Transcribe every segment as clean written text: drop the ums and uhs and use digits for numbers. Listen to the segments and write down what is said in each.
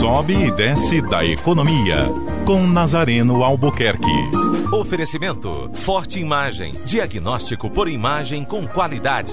sobe e desce da economia, com Nazareno Albuquerque. Oferecimento Forte Imagem, diagnóstico por imagem com qualidade,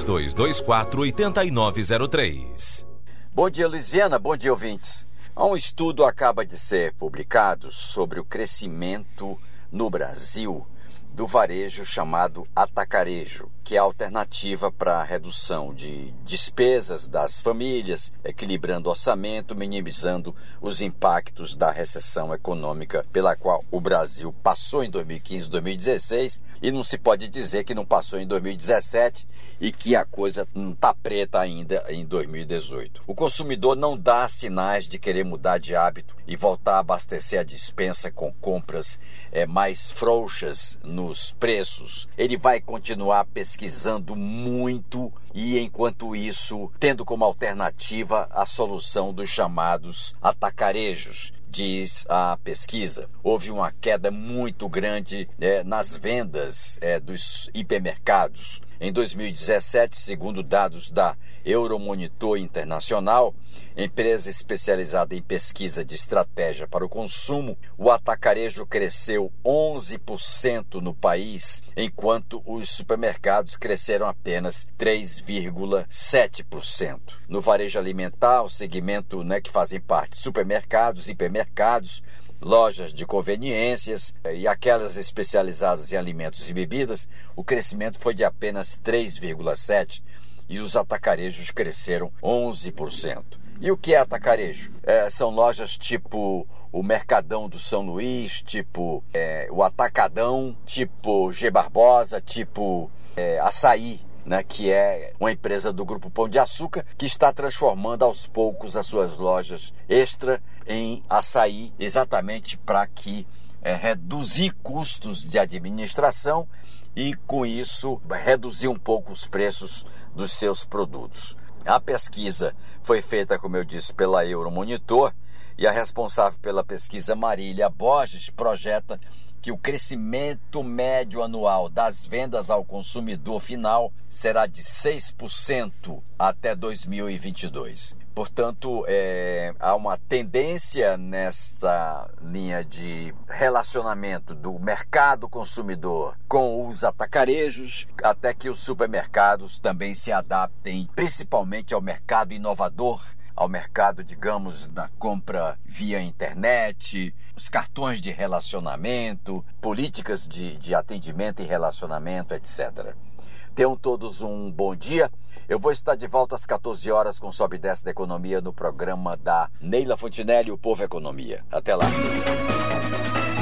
3224-8903. Bom dia, Luiz Viana, bom dia, ouvintes. Um estudo acaba de ser publicado sobre o crescimento no Brasil do varejo chamado atacarejo, que é a alternativa para a redução de despesas das famílias, equilibrando o orçamento, minimizando os impactos da recessão econômica pela qual o Brasil passou em 2015 e 2016, e não se pode dizer que não passou em 2017 e que a coisa não está preta ainda em 2018. O consumidor não dá sinais de querer mudar de hábito e voltar a abastecer a despensa com compras mais frouxas nos preços. Ele vai continuar pesquisando muito e, enquanto isso, tendo como alternativa a solução dos chamados atacarejos. Diz a pesquisa, houve uma queda muito grande nas vendas dos hipermercados. Em 2017, segundo dados da Euromonitor Internacional, empresa especializada em pesquisa de estratégia para o consumo, o atacarejo cresceu 11% no país, enquanto os supermercados cresceram apenas 3,7%. No varejo alimentar, o segmento que fazem parte supermercados, hipermercados, lojas de conveniências e aquelas especializadas em alimentos e bebidas, o crescimento foi de apenas 3,7% e os atacarejos cresceram 11%. E o que é atacarejo? São lojas tipo o Mercadão do São Luís, tipo o Atacadão, tipo G Barbosa, tipo Açaí, que é uma empresa do Grupo Pão de Açúcar, que está transformando aos poucos as suas lojas extra em açaí, exatamente para que reduzir custos de administração e, com isso, reduzir um pouco os preços dos seus produtos. A pesquisa foi feita, como eu disse, pela Euromonitor, e a responsável pela pesquisa, Marília Borges, projeta que o crescimento médio anual das vendas ao consumidor final será de 6% até 2022. Portanto, há uma tendência nessa linha de relacionamento do mercado consumidor com os atacarejos, até que os supermercados também se adaptem, principalmente ao mercado inovador, ao mercado, digamos, da compra via internet, os cartões de relacionamento, políticas de atendimento e relacionamento, etc. Tenham todos um bom dia. Eu vou estar de volta às 14 horas com Sobe e Desce da Economia no programa da Neila Fontinelli, O Povo Economia. Até lá.